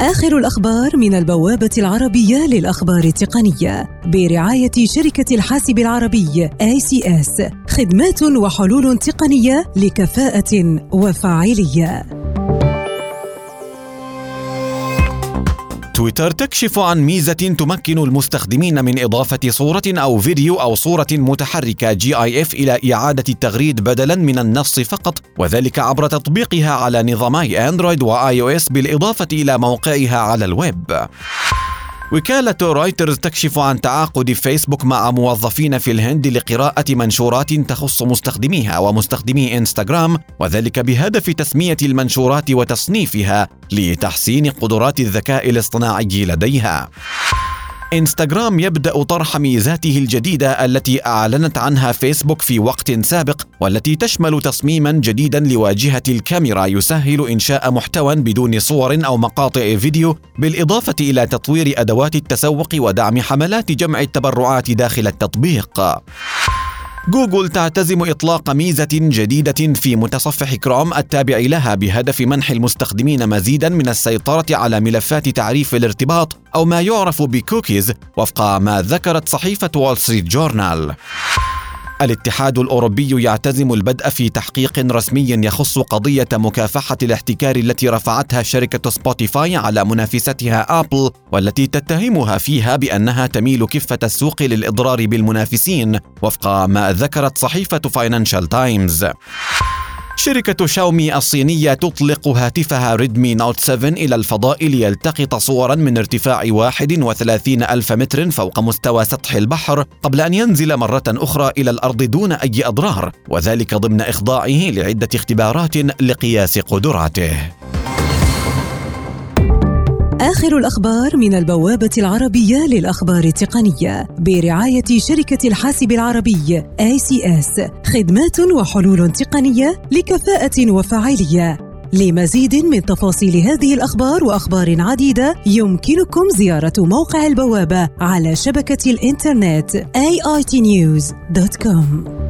آخر الأخبار من البوابة العربية للأخبار التقنية برعاية شركة الحاسب العربي ICS، خدمات وحلول تقنية لكفاءة وفاعلية. تويتر تكشف عن ميزة تمكن المستخدمين من إضافة صورة أو فيديو أو صورة متحركة GIF إلى إعادة التغريد بدلاً من النص فقط، وذلك عبر تطبيقها على نظامي أندرويد وآي iOS بالإضافة إلى موقعها على الويب. وكالة رويترز تكشف عن تعاقد فيسبوك مع موظفين في الهند لقراءة منشورات تخص مستخدميها ومستخدمي إنستغرام، وذلك بهدف تسمية المنشورات وتصنيفها لتحسين قدرات الذكاء الاصطناعي لديها. إنستغرام يبدأ طرح ميزاته الجديدة التي أعلنت عنها فيسبوك في وقت سابق، والتي تشمل تصميما جديدا لواجهة الكاميرا يسهل إنشاء محتوى بدون صور أو مقاطع فيديو، بالإضافة إلى تطوير أدوات التسوق ودعم حملات جمع التبرعات داخل التطبيق. جوجل تعتزم إطلاق ميزة جديدة في متصفح كروم التابع لها بهدف منح المستخدمين مزيدا من السيطرة على ملفات تعريف الارتباط أو ما يعرف بكوكيز، وفق ما ذكرت صحيفة وول ستريت جورنال. الاتحاد الأوروبي يعتزم البدء في تحقيق رسمي يخص قضية مكافحة الاحتكار التي رفعتها شركة سبوتيفاي على منافستها آبل، والتي تتهمها فيها بأنها تميل كفة السوق للإضرار بالمنافسين، وفق ما ذكرت صحيفة فاينانشال تايمز. شركة شاومي الصينية تطلق هاتفها ريدمي نوت 7 إلى الفضاء ليلتقط صورا من ارتفاع 31 ألف متر فوق مستوى سطح البحر، قبل أن ينزل مرة أخرى إلى الأرض دون أي أضرار، وذلك ضمن إخضاعه لعدة اختبارات لقياس قدراته. آخر الأخبار من البوابة العربية للأخبار التقنية برعاية شركة الحاسب العربي ICS، خدمات وحلول تقنية لكفاءة وفاعلية. لمزيد من تفاصيل هذه الأخبار وأخبار عديدة يمكنكم زيارة موقع البوابة على شبكة الإنترنت AITnews.com.